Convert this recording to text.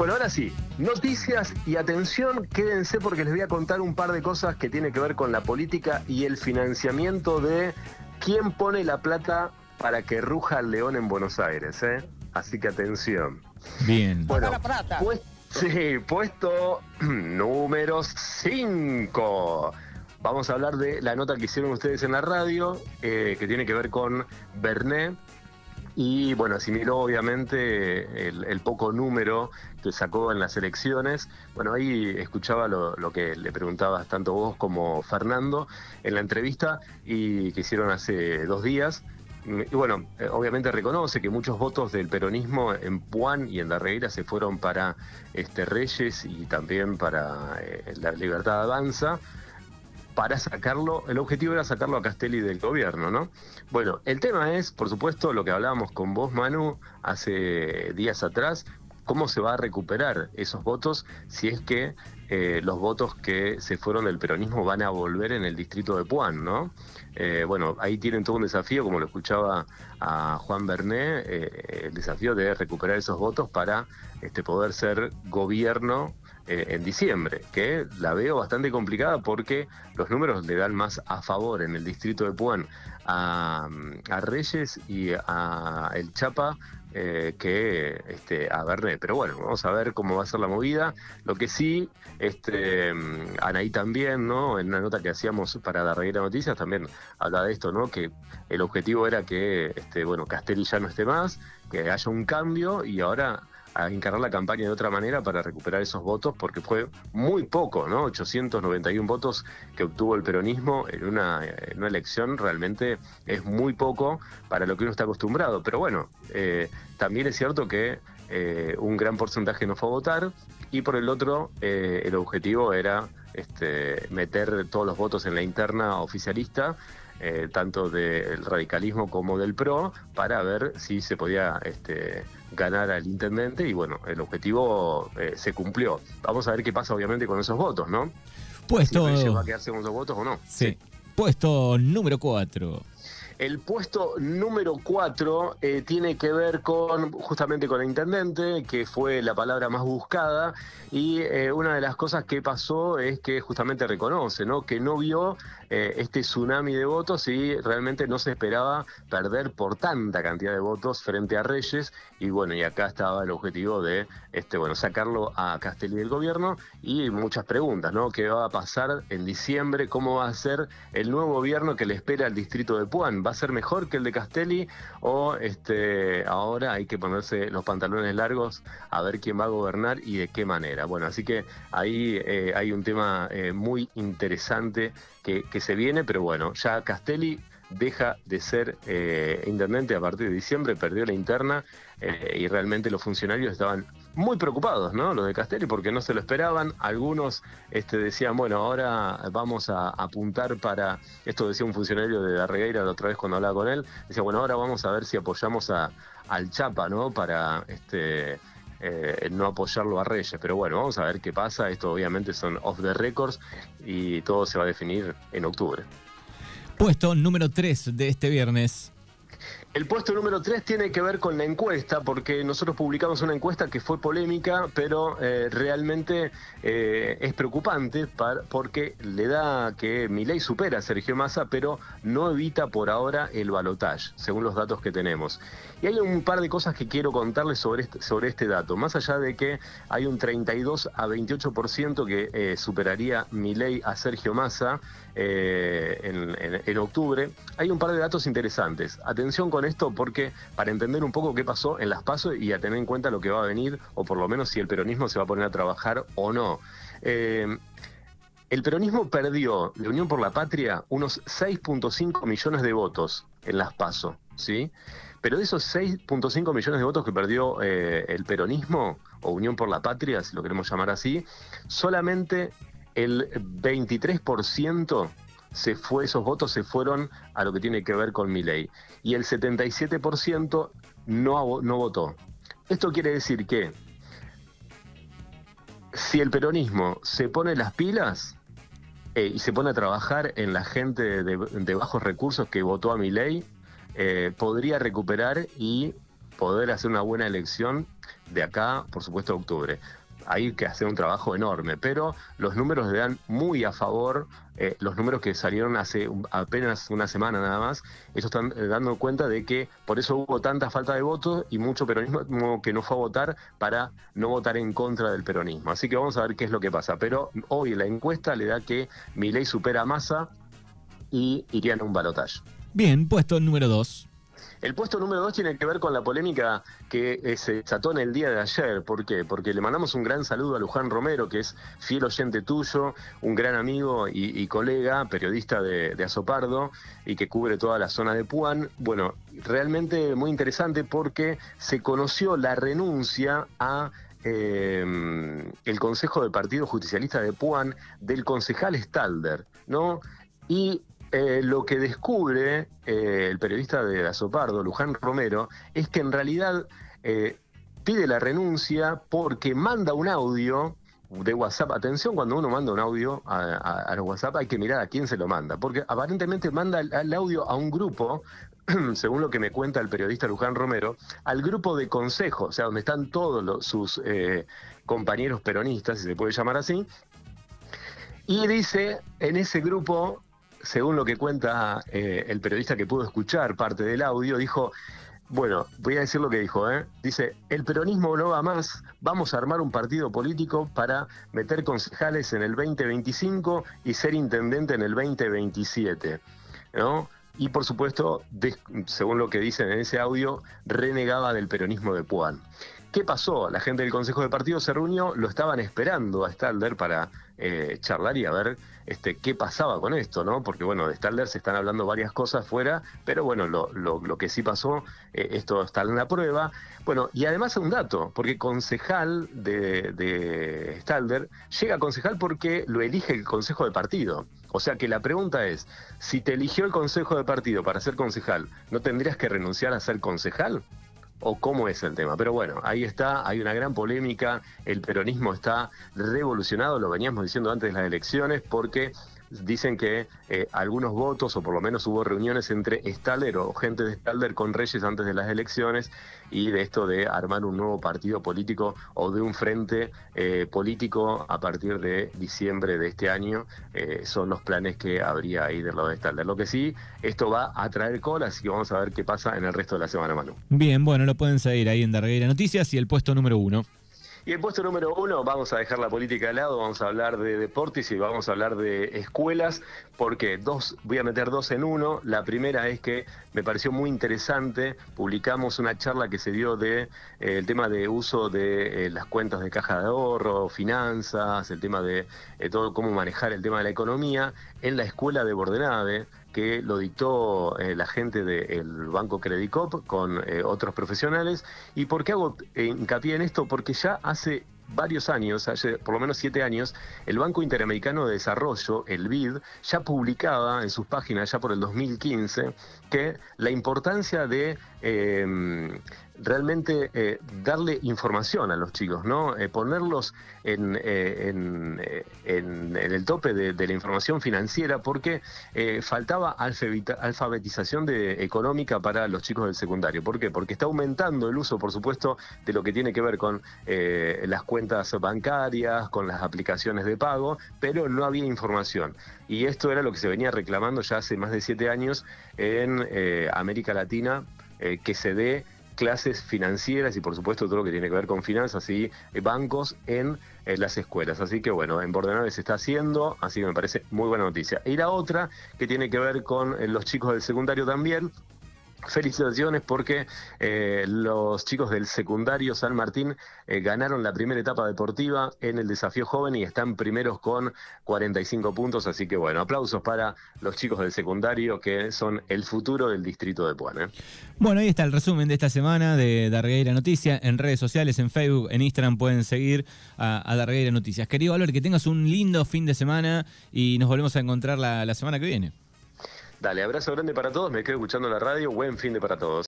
Bueno, ahora sí, noticias y atención, quédense porque les voy a contar un par de cosas que tienen que ver con la política y el financiamiento de quién pone la plata para que ruja el león en Buenos Aires, ¿eh? Así que atención. Bien. Bueno, la plata. puesto número 5. Vamos a hablar de la nota que hicieron ustedes en la radio, que tiene que ver con Bernet. Y bueno, asimiló obviamente el poco número que sacó en las elecciones. Bueno, ahí escuchaba lo que le preguntabas tanto vos como Fernando en la entrevista y que hicieron hace 2 días. Y bueno, obviamente reconoce que muchos votos del peronismo en Puan y en Darregueira se fueron para Reyes y también para La Libertad Avanza. Para sacarlo, el objetivo era sacarlo a Castelli del gobierno, ¿no? Bueno, el tema es, por supuesto, lo que hablábamos con vos, Manu, hace días atrás, cómo se va a recuperar esos votos si es que los votos que se fueron del peronismo van a volver en el distrito de Puan, ¿no? Bueno, ahí tienen todo un desafío, como lo escuchaba a Juan Bernet, el desafío de recuperar esos votos para poder ser gobierno en diciembre, que la veo bastante complicada porque los números le dan más a favor en el distrito de Puan a Reyes y a El Chapa que a Bernet. Pero bueno, vamos a ver cómo va a ser la movida. Lo que sí, Anaí también, ¿no? En una nota que hacíamos para Darregueira Noticias también habla de esto, ¿no? Que el objetivo era que Castelli ya no esté más, que haya un cambio y ahora a encarar la campaña de otra manera para recuperar esos votos, porque fue muy poco, ¿no? 891 votos que obtuvo el peronismo en una elección, realmente es muy poco para lo que uno está acostumbrado. Pero bueno, también es cierto que un gran porcentaje no fue a votar, y por el otro, el objetivo era meter todos los votos en la interna oficialista, tanto del radicalismo como del PRO, para ver si se podía ganar al intendente, y bueno, el objetivo se cumplió. Vamos a ver qué pasa obviamente con esos votos, ¿no? Puesto... Si Reyes va a quedarse con esos votos o no. Sí. Puesto número 4. El puesto número 4 tiene que ver justamente con el intendente, que fue la palabra más buscada, y una de las cosas que pasó es que justamente reconoce, ¿no? Que no vio este tsunami de votos y realmente no se esperaba perder por tanta cantidad de votos frente a Reyes, y bueno, y acá estaba el objetivo de sacarlo a Castelli del gobierno, y muchas preguntas, ¿no? ¿Qué va a pasar en diciembre? ¿Cómo va a ser el nuevo gobierno que le espera al distrito de Puan? ¿Va a ser mejor que el de Castelli o ahora hay que ponerse los pantalones largos a ver quién va a gobernar y de qué manera? Bueno, así que ahí hay un tema muy interesante que se viene, pero bueno, ya Castelli deja de ser intendente a partir de diciembre, perdió la interna, y realmente los funcionarios estaban muy preocupados, ¿no? Los de Castelli, porque no se lo esperaban. Algunos decían, bueno, ahora vamos a apuntar para, esto decía un funcionario de Darregueira la otra vez cuando hablaba con él, decía, bueno, ahora vamos a ver si apoyamos al Chapa, ¿no? Para no apoyarlo a Reyes. Pero bueno, vamos a ver qué pasa. Esto obviamente son off the records y todo se va a definir en octubre. Puesto número 3 de este viernes. El puesto número 3 tiene que ver con la encuesta, porque nosotros publicamos una encuesta que fue polémica, pero realmente es preocupante porque le da que Milei supera a Sergio Massa, pero no evita por ahora el balotaje, según los datos que tenemos. Y hay un par de cosas que quiero contarles sobre este dato. Más allá de que hay un 32 a 28% que superaría Milei a Sergio Massa en octubre, hay un par de datos interesantes. Atención con esto, porque para entender un poco qué pasó en las PASO y a tener en cuenta lo que va a venir, o por lo menos si el peronismo se va a poner a trabajar o no. El peronismo perdió de Unión por la Patria unos 6.5 millones de votos en las PASO, ¿sí? Pero de esos 6.5 millones de votos que perdió el peronismo, o Unión por la Patria, si lo queremos llamar así, solamente el 23% esos votos se fueron a lo que tiene que ver con Milei, y el 77% no votó. Esto quiere decir que si el peronismo se pone las pilas y se pone a trabajar en la gente de bajos recursos que votó a Milei, podría recuperar y poder hacer una buena elección de acá, por supuesto, a octubre. Hay que hacer un trabajo enorme, pero los números le dan muy a favor, los números que salieron hace apenas una semana nada más, ellos están dando cuenta de que por eso hubo tanta falta de votos y mucho peronismo que no fue a votar para no votar en contra del peronismo. Así que vamos a ver qué es lo que pasa. Pero hoy la encuesta le da que Milei supera a Massa y irían a un balotaje. Bien, puesto número 2. El puesto número 2 tiene que ver con la polémica que se desató en el día de ayer. ¿Por qué? Porque le mandamos un gran saludo a Luján Romero, que es fiel oyente tuyo, un gran amigo y colega, periodista de Azopardo, y que cubre toda la zona de Puan. Bueno, realmente muy interesante porque se conoció la renuncia a el Consejo de Partido Justicialista de Puan del concejal Stalder, ¿no? Y lo que descubre el periodista de Azopardo, Luján Romero, es que en realidad pide la renuncia porque manda un audio de WhatsApp. Atención, cuando uno manda un audio a los WhatsApp hay que mirar a quién se lo manda, porque aparentemente manda el audio a un grupo, según lo que me cuenta el periodista Luján Romero, al grupo de consejo, o sea, donde están todos sus compañeros peronistas, si se puede llamar así, y dice, en ese grupo, según lo que cuenta el periodista que pudo escuchar parte del audio, dijo, bueno, voy a decir lo que dijo, dice, el peronismo no va más, vamos a armar un partido político para meter concejales en el 2025 y ser intendente en el 2027, ¿no? Y por supuesto, según lo que dicen en ese audio, renegaba del peronismo de Puan. ¿Qué pasó? La gente del Consejo de Partido se reunió, lo estaban esperando a Stalder para charlar y a ver qué pasaba con esto, ¿no? Porque bueno, de Stalder se están hablando varias cosas fuera, pero bueno, lo que sí pasó, esto está en la prueba. Bueno, y además un dato, porque concejal de Stalder llega a concejal porque lo elige el Consejo de Partido. O sea que la pregunta es, si te eligió el Consejo de Partido para ser concejal, ¿no tendrías que renunciar a ser concejal? ¿O cómo es el tema? Pero bueno, ahí está, hay una gran polémica, el peronismo está revolucionado, lo veníamos diciendo antes de las elecciones, porque dicen que algunos votos, o por lo menos hubo reuniones entre Stalder o gente de Stalder con Reyes antes de las elecciones, y de esto de armar un nuevo partido político o de un frente político a partir de diciembre de este año, son los planes que habría ahí de lo de Stalder. Lo que sí, esto va a traer cola, así que vamos a ver qué pasa en el resto de la semana, Manu. Bien, bueno, lo pueden seguir ahí en Darreira Noticias y el puesto número 1. Y el puesto número 1, vamos a dejar la política de lado, vamos a hablar de deportes y vamos a hablar de escuelas, porque voy a meter dos en uno. La primera es que me pareció muy interesante, publicamos una charla que se dio de el tema de uso de las cuentas de caja de ahorro, finanzas, el tema de todo cómo manejar el tema de la economía en la escuela de Bordenave, que lo dictó la gente del Banco Credicop con otros profesionales. ¿Y por qué hago hincapié en esto? Porque ya hace varios años, hace por lo menos 7 años, el Banco Interamericano de Desarrollo, el BID, ya publicaba en sus páginas, ya por el 2015, que la importancia de realmente darle información a los chicos, ¿no? Ponerlos en el tope de la información financiera, porque faltaba alfabetización económica para los chicos del secundario. ¿Por qué? Porque está aumentando el uso, por supuesto, de lo que tiene que ver con las cuentas bancarias, con las aplicaciones de pago, pero no había información. Y esto era lo que se venía reclamando ya hace más de 7 años en América Latina, que se dé clases financieras y por supuesto todo lo que tiene que ver con finanzas y bancos en las escuelas. Así que bueno, en Bordenave se está haciendo, así que me parece muy buena noticia. Y la otra que tiene que ver con los chicos del secundario también. Felicitaciones porque los chicos del secundario San Martín ganaron la primera etapa deportiva en el desafío joven y están primeros con 45 puntos, así que bueno, aplausos para los chicos del secundario que son el futuro del distrito de Puan. Bueno, ahí está el resumen de esta semana de Darreira Noticias. En redes sociales, en Facebook, en Instagram pueden seguir a Darreira Noticias. Querido Álvaro, que tengas un lindo fin de semana y nos volvemos a encontrar la semana que viene. Dale, abrazo grande para todos, me quedo escuchando la radio, buen fin de para todos.